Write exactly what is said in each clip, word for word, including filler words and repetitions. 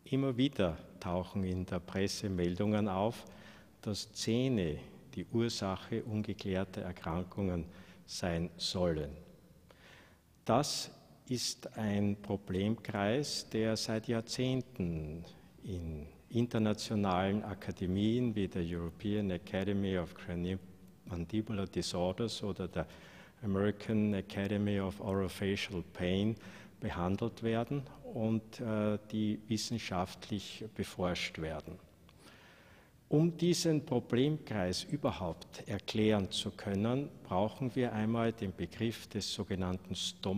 Immer wieder tauchen in der Presse Meldungen auf, dass Zähne die Ursache ungeklärter Erkrankungen sein sollen. Das ist ein Problemkreis, der seit Jahrzehnten in internationalen Akademien wie der European Academy of Craniomandibular Disorders oder der American Academy of Orofacial Pain behandelt werden und äh, die wissenschaftlich beforscht werden. Um diesen Problemkreis überhaupt erklären zu können, brauchen wir einmal den Begriff des sogenannten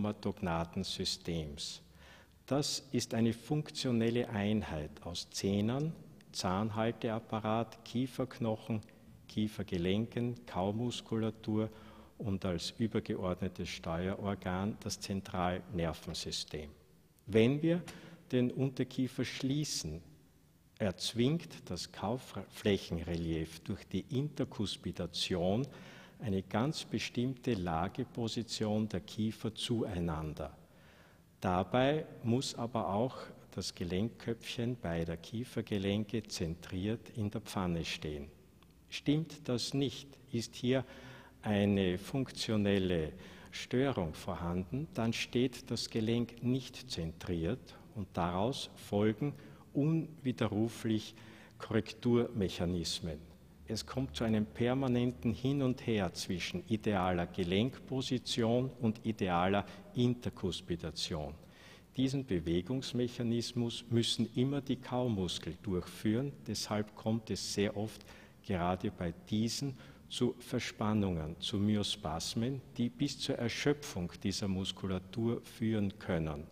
Stomatognatensystems. Das ist eine funktionelle Einheit aus Zähnen, Zahnhalteapparat, Kieferknochen, Kiefergelenken, Kaumuskulatur und als übergeordnetes Steuerorgan das Zentralnervensystem. Wenn wir den Unterkiefer schließen, erzwingt das Kauflächenrelief durch die Interkuspidation eine ganz bestimmte Lageposition der Kiefer zueinander. Dabei muss aber auch das Gelenkköpfchen beider Kiefergelenke zentriert in der Pfanne stehen. Stimmt das nicht, ist hier eine funktionelle Störung vorhanden, dann steht das Gelenk nicht zentriert und daraus folgen unwiderruflich Korrekturmechanismen. Es kommt zu einem permanenten Hin und Her zwischen idealer Gelenkposition und idealer Interkuspidation. Diesen Bewegungsmechanismus müssen immer die Kaumuskel durchführen, deshalb kommt es sehr oft gerade bei diesen zu Verspannungen, zu Myospasmen, die bis zur Erschöpfung dieser Muskulatur führen können.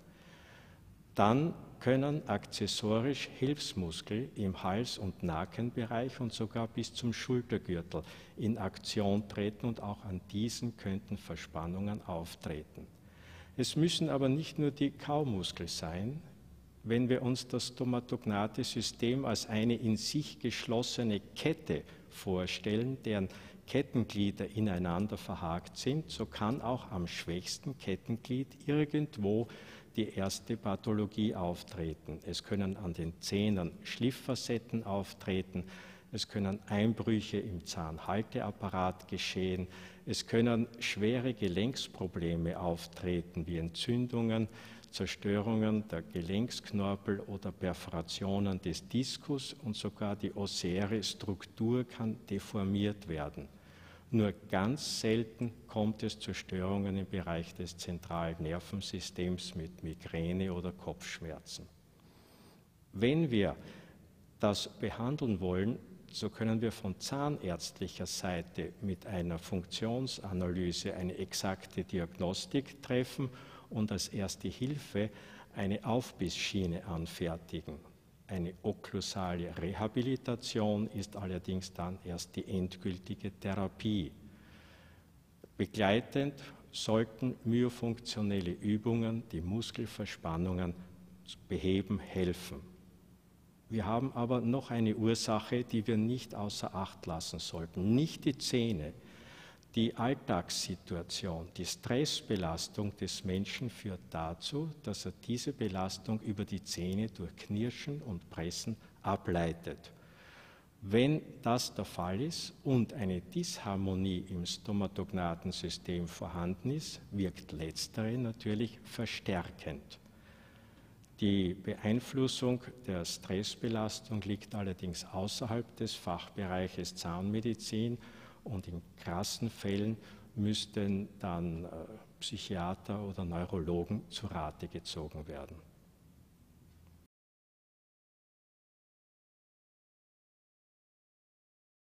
Dann können akzessorisch Hilfsmuskel im Hals- und Nackenbereich und sogar bis zum Schultergürtel in Aktion treten und auch an diesen könnten Verspannungen auftreten. Es müssen aber nicht nur die Kaumuskel sein. Wenn wir uns das stomatognate System als eine in sich geschlossene Kette vorstellen, deren Kettenglieder ineinander verhakt sind, so kann auch am schwächsten Kettenglied irgendwo die erste Pathologie auftreten. Es können an den Zähnen Schlifffacetten auftreten, es können Einbrüche im Zahnhalteapparat geschehen, es können schwere Gelenksprobleme auftreten, wie Entzündungen, Zerstörungen der Gelenksknorpel oder Perforationen des Diskus und sogar die ossäre Struktur kann deformiert werden. Nur ganz selten kommt es zu Störungen im Bereich des zentralen Nervensystems mit Migräne oder Kopfschmerzen. Wenn wir das behandeln wollen, so können wir von zahnärztlicher Seite mit einer Funktionsanalyse eine exakte Diagnostik treffen und als erste Hilfe eine Aufbissschiene anfertigen. Eine okklusale Rehabilitation ist allerdings dann erst die endgültige Therapie. Begleitend sollten myofunktionelle Übungen, die Muskelverspannungen beheben, helfen. Wir haben aber noch eine Ursache, die wir nicht außer Acht lassen sollten. Nicht die Zähne. Die Alltagssituation, die Stressbelastung des Menschen führt dazu, dass er diese Belastung über die Zähne durch Knirschen und Pressen ableitet. Wenn das der Fall ist und eine Disharmonie im Stomatognatensystem vorhanden ist, wirkt letztere natürlich verstärkend. Die Beeinflussung der Stressbelastung liegt allerdings außerhalb des Fachbereiches Zahnmedizin und in krassen Fällen müssten dann äh, Psychiater oder Neurologen zu Rate gezogen werden.